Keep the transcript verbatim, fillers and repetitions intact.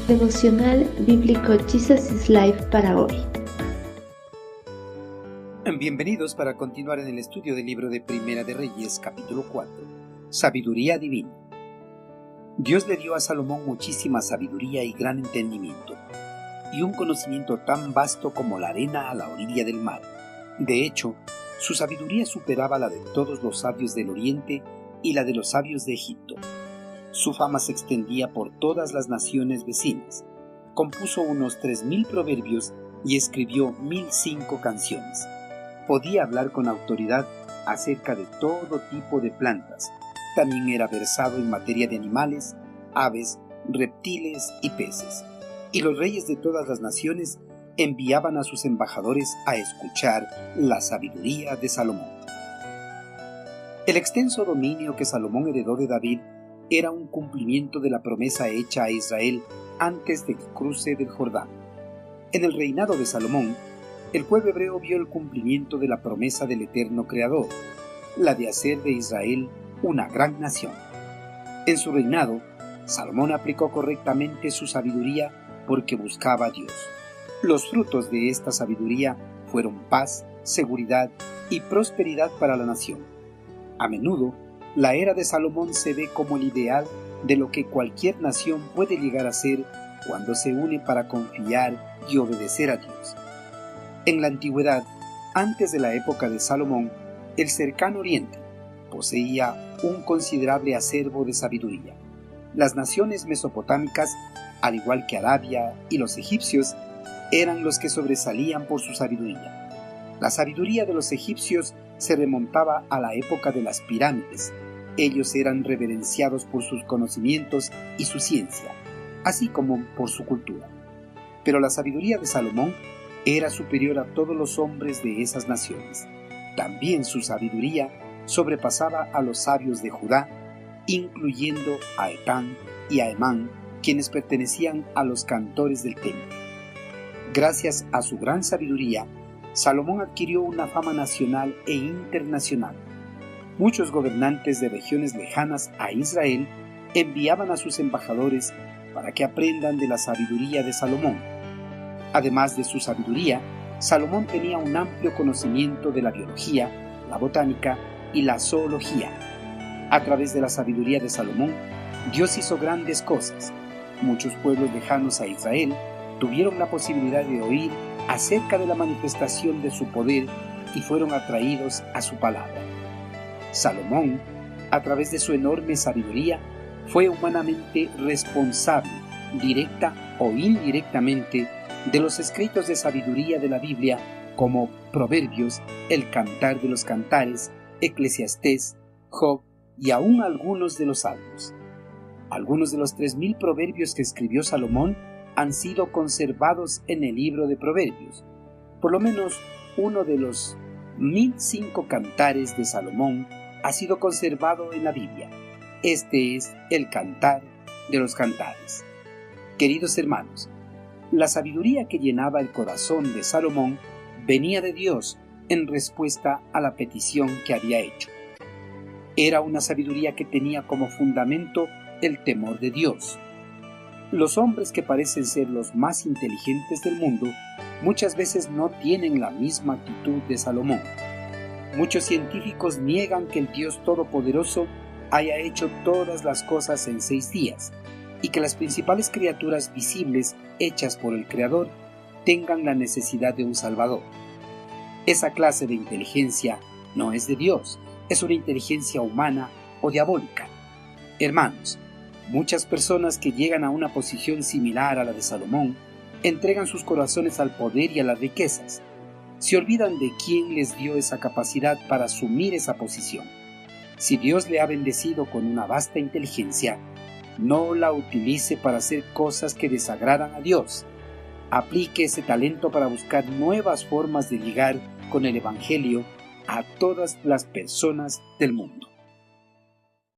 Devocional Bíblico Jesus is Life para hoy. Bienvenidos para continuar en el estudio del libro de Primera de Reyes, capítulo cuatro. Sabiduría divina. Dios le dio a Salomón muchísima sabiduría y gran entendimiento, y un conocimiento tan vasto como la arena a la orilla del mar. De hecho, su sabiduría superaba la de todos los sabios del Oriente y la de los sabios de Egipto. Su fama se extendía por todas las naciones vecinas. Compuso unos tres mil proverbios y escribió mil cinco canciones. Podía hablar con autoridad acerca de todo tipo de plantas. También era versado en materia de animales, aves, reptiles y peces. Y los reyes de todas las naciones enviaban a sus embajadores a escuchar la sabiduría de Salomón. El extenso dominio que Salomón heredó de David era un cumplimiento de la promesa hecha a Israel antes de que cruce del Jordán. En el reinado de Salomón, el pueblo hebreo vio el cumplimiento de la promesa del eterno Creador, la de hacer de Israel una gran nación. En su reinado, Salomón aplicó correctamente su sabiduría porque buscaba a Dios. Los frutos de esta sabiduría fueron paz, seguridad y prosperidad para la nación. A menudo, la era de Salomón se ve como el ideal de lo que cualquier nación puede llegar a ser cuando se une para confiar y obedecer a Dios. En la antigüedad, antes de la época de Salomón, el cercano Oriente poseía un considerable acervo de sabiduría. Las naciones mesopotámicas, al igual que Arabia y los egipcios, eran los que sobresalían por su sabiduría. La sabiduría de los egipcios se remontaba a la época de las pirámides. Ellos eran reverenciados por sus conocimientos y su ciencia, así como por su cultura. Pero la sabiduría de Salomón era superior a todos los hombres de esas naciones. También su sabiduría sobrepasaba a los sabios de Judá, incluyendo a Etán y a Emán, quienes pertenecían a los cantores del templo. Gracias a su gran sabiduría, Salomón adquirió una fama nacional e internacional. Muchos gobernantes de regiones lejanas a Israel enviaban a sus embajadores para que aprendan de la sabiduría de Salomón. Además de su sabiduría, Salomón tenía un amplio conocimiento de la biología, la botánica y la zoología. A través de la sabiduría de Salomón, Dios hizo grandes cosas. Muchos pueblos lejanos a Israel tuvieron la posibilidad de oír acerca de la manifestación de su poder y fueron atraídos a su palabra. Salomón, a través de su enorme sabiduría, fue humanamente responsable, directa o indirectamente, de los escritos de sabiduría de la Biblia como Proverbios, el Cantar de los Cantares, Eclesiastés, Job y aún algunos de los Salmos. Algunos de los tres mil proverbios que escribió Salomón han sido conservados en el libro de Proverbios. Por lo menos uno de los mil cinco cantares de Salomón ha sido conservado en la Biblia. Este es el Cantar de los Cantares. Queridos hermanos, la sabiduría que llenaba el corazón de Salomón venía de Dios en respuesta a la petición que había hecho. Era una sabiduría que tenía como fundamento el temor de Dios. Los hombres que parecen ser los más inteligentes del mundo muchas veces no tienen la misma actitud de Salomón. Muchos científicos niegan que el Dios Todopoderoso haya hecho todas las cosas en seis días y que las principales criaturas visibles hechas por el Creador tengan la necesidad de un Salvador. Esa clase de inteligencia no es de Dios, es una inteligencia humana o diabólica. Hermanos, muchas personas que llegan a una posición similar a la de Salomón entregan sus corazones al poder y a las riquezas. Se olvidan de quién les dio esa capacidad para asumir esa posición. Si Dios le ha bendecido con una vasta inteligencia, no la utilice para hacer cosas que desagradan a Dios. Aplique ese talento para buscar nuevas formas de llegar con el Evangelio a todas las personas del mundo.